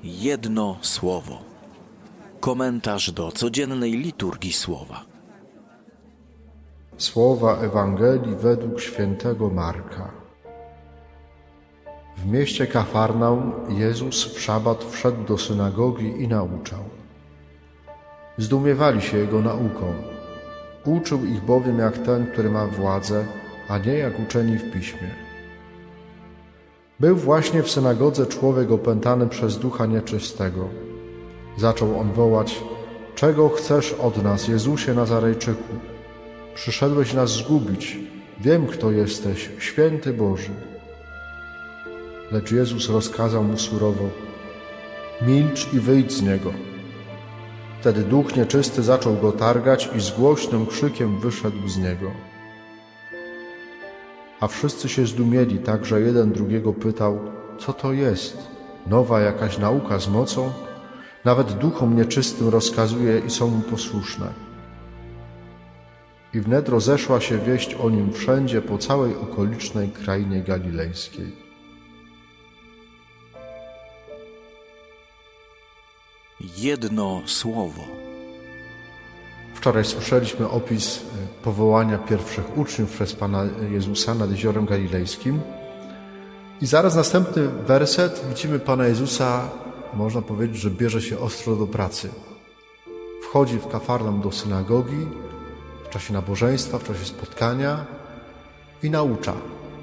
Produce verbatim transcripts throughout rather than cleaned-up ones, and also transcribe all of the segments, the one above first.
Jedno słowo. Komentarz do codziennej liturgii słowa. Słowa Ewangelii według świętego Marka. W mieście Kafarnaum Jezus w szabat wszedł do synagogi i nauczał. Zdumiewali się Jego nauką. Uczył ich bowiem jak ten, który ma władzę, a nie jak uczeni w piśmie. Był właśnie w synagodze człowiek opętany przez ducha nieczystego. Zaczął on wołać: czego chcesz od nas, Jezusie Nazarejczyku? Przyszedłeś nas zgubić. Wiem, kto jesteś, święty Boży. Lecz Jezus rozkazał mu surowo: milcz i wyjdź z niego. Wtedy duch nieczysty zaczął go targać i z głośnym krzykiem wyszedł z niego. A wszyscy się zdumieli, tak że jeden drugiego pytał: co to jest? Nowa jakaś nauka z mocą? Nawet duchom nieczystym rozkazuje i są mu posłuszne. I wnet rozeszła się wieść o nim wszędzie po całej okolicznej krainie galilejskiej. Jedno słowo. Wczoraj słyszeliśmy opis powołania pierwszych uczniów przez Pana Jezusa nad Jeziorem Galilejskim. I zaraz następny werset widzimy Pana Jezusa, można powiedzieć, że bierze się ostro do pracy. Wchodzi w Kafarnaum do synagogi w czasie nabożeństwa, w czasie spotkania i naucza.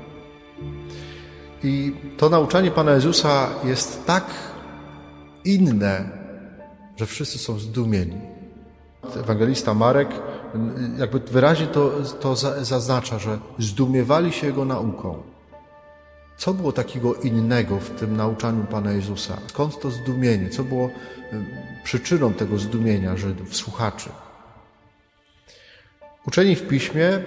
I to nauczanie Pana Jezusa jest tak inne, że wszyscy są zdumieni. Ewangelista Marek jakby wyraźnie to, to zaznacza, że zdumiewali się Jego nauką. Co było takiego innego w tym nauczaniu Pana Jezusa? Skąd to zdumienie? Co było przyczyną tego zdumienia Żydów, słuchaczy? Uczeni w Piśmie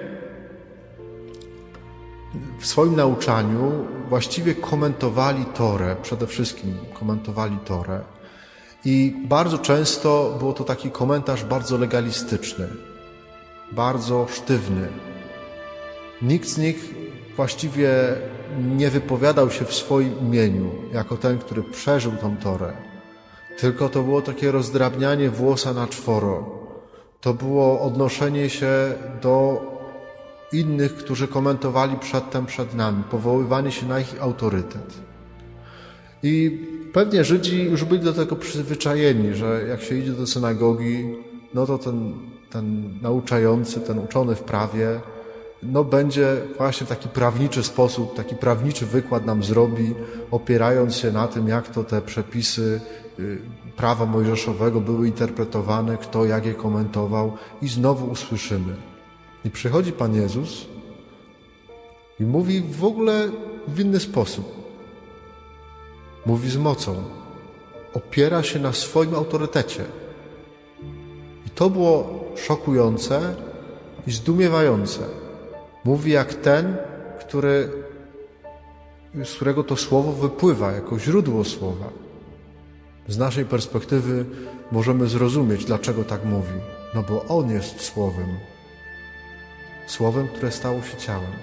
w swoim nauczaniu właściwie komentowali Torę, przede wszystkim komentowali Torę. I bardzo często był to taki komentarz bardzo legalistyczny, bardzo sztywny. Nikt z nich właściwie nie wypowiadał się w swoim imieniu, jako ten, który przeżył tą Torę. Tylko to było takie rozdrabnianie włosa na czworo. To było odnoszenie się do innych, którzy komentowali przedtem przed nami, powoływanie się na ich autorytet. I pewnie Żydzi już byli do tego przyzwyczajeni, że jak się idzie do synagogi, no to ten, ten nauczający, ten uczony w prawie, no będzie właśnie w taki prawniczy sposób, taki prawniczy wykład nam zrobi, opierając się na tym, jak to te przepisy prawa mojżeszowego były interpretowane, kto jak je komentował, i znowu usłyszymy. I przychodzi Pan Jezus i mówi w ogóle w inny sposób. Mówi z mocą. Opiera się na swoim autorytecie. I to było szokujące i zdumiewające. Mówi jak ten, który, z którego to słowo wypływa, jako źródło słowa. Z naszej perspektywy możemy zrozumieć, dlaczego tak mówi. No bo On jest Słowem. Słowem, które stało się ciałem.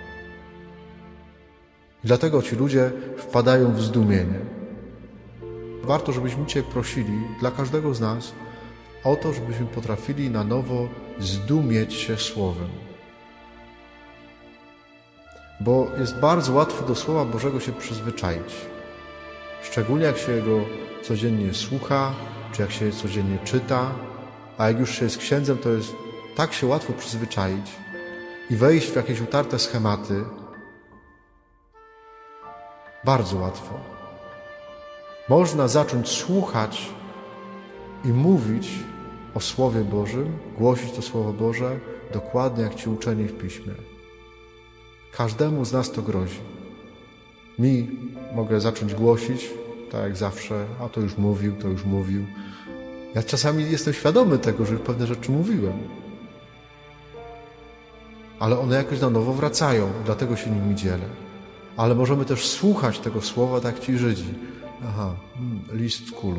I dlatego ci ludzie wpadają w zdumienie. Warto, żebyśmy dzisiaj prosili dla każdego z nas o to, żebyśmy potrafili na nowo zdumieć się Słowem. Bo jest bardzo łatwo do Słowa Bożego się przyzwyczaić. Szczególnie jak się Jego codziennie słucha, czy jak się je codziennie czyta, a jak już się jest księdzem, to jest tak się łatwo przyzwyczaić i wejść w jakieś utarte schematy. Bardzo łatwo. Można zacząć słuchać i mówić o Słowie Bożym, głosić to Słowo Boże dokładnie jak ci uczeni w Piśmie. Każdemu z nas to grozi. Mi mogę zacząć głosić, tak jak zawsze, a to już mówił, to już mówił. Ja czasami jestem świadomy tego, że pewne rzeczy mówiłem. Ale one jakoś na nowo wracają, dlatego się nimi dzielę. Ale możemy też słuchać tego słowa, tak ci Żydzi. Aha, list kulu.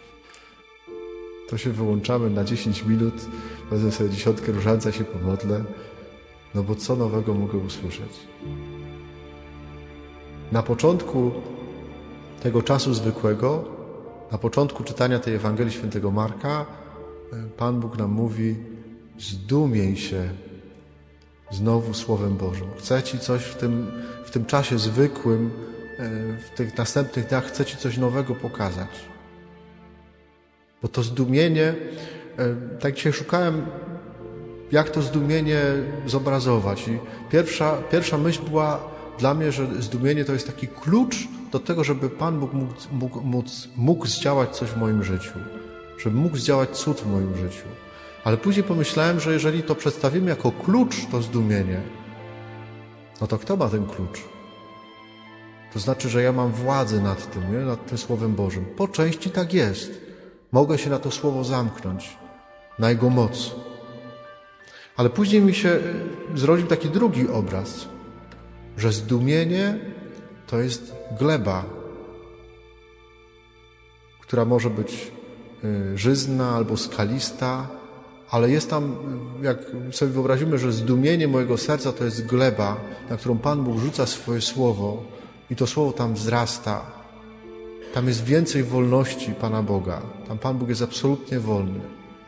To się wyłączamy na dziesięć minut, wezmę sobie dziesiątkę różańca, się pomodlę. No bo co nowego mogę usłyszeć? Na początku tego czasu zwykłego Na początku czytania tej Ewangelii Świętego Marka Pan Bóg nam mówi: zdumiej się znowu Słowem Bożym. Chcę Ci coś w tym, w tym czasie zwykłym, w tych następnych dniach, chcę Ci coś nowego pokazać. Bo to zdumienie, tak dzisiaj szukałem, jak to zdumienie zobrazować. I pierwsza, pierwsza myśl była dla mnie, że zdumienie to jest taki klucz do tego, żeby Pan Bóg mógł, mógł, mógł, mógł zdziałać coś w moim życiu. Żeby mógł zdziałać cud w moim życiu. Ale później pomyślałem, że jeżeli to przedstawimy jako klucz, to zdumienie, no to kto ma ten klucz? To znaczy, że ja mam władzę nad tym, nie? Nad tym Słowem Bożym. Po części tak jest. Mogę się na to Słowo zamknąć, na Jego moc. Ale później mi się zrodził taki drugi obraz, że zdumienie to jest gleba, która może być żyzna albo skalista, ale jest tam, jak sobie wyobrazimy, że zdumienie mojego serca to jest gleba, na którą Pan Bóg rzuca swoje Słowo i to Słowo tam wzrasta. Tam jest więcej wolności Pana Boga. Tam Pan Bóg jest absolutnie wolny.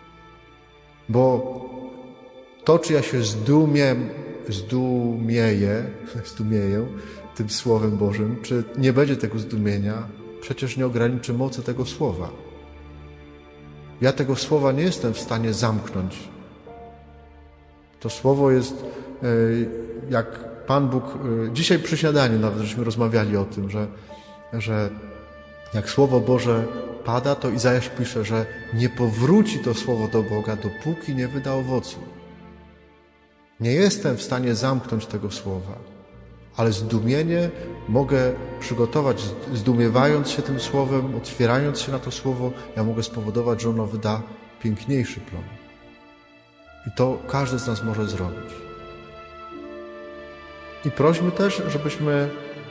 Bo to, czy ja się zdumiem, zdumieję, zdumieję tym Słowem Bożym, czy nie będzie tego zdumienia, przecież nie ograniczy mocy tego Słowa. Ja tego Słowa nie jestem w stanie zamknąć. To Słowo jest, jak Pan Bóg, dzisiaj przy śniadaniu nawet żeśmy rozmawiali o tym, że, że jak Słowo Boże pada, to Izajasz pisze, że nie powróci to Słowo do Boga, dopóki nie wyda owocu. Nie jestem w stanie zamknąć tego Słowa, ale zdumienie mogę przygotować, zdumiewając się tym Słowem, otwierając się na to Słowo, ja mogę spowodować, że ono wyda piękniejszy plon. I to każdy z nas może zrobić. I prośmy też, żebyśmy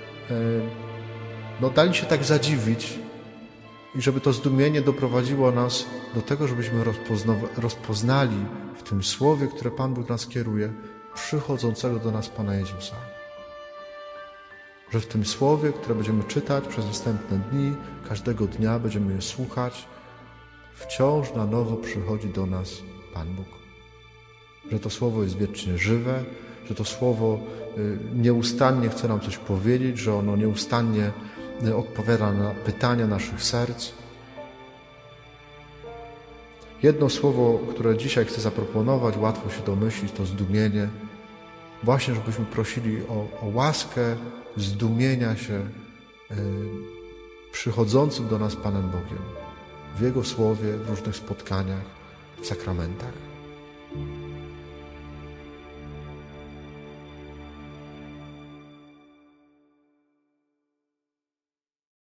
no, dali się tak zadziwić i żeby to zdumienie doprowadziło nas do tego, żebyśmy rozpoznali w tym Słowie, które Pan Bóg nas kieruje, przychodzącego do nas Pana Jezusa. Że w tym Słowie, które będziemy czytać przez następne dni, każdego dnia będziemy je słuchać, wciąż na nowo przychodzi do nas Pan Bóg. Że to Słowo jest wiecznie żywe, że to Słowo nieustannie chce nam coś powiedzieć, że ono nieustannie odpowiada na pytania naszych serc. Jedno słowo, które dzisiaj chcę zaproponować, łatwo się domyślić, to zdumienie. Właśnie, żebyśmy prosili o, o łaskę zdumienia się yy, przychodzącym do nas Panem Bogiem w Jego Słowie, w różnych spotkaniach, w sakramentach.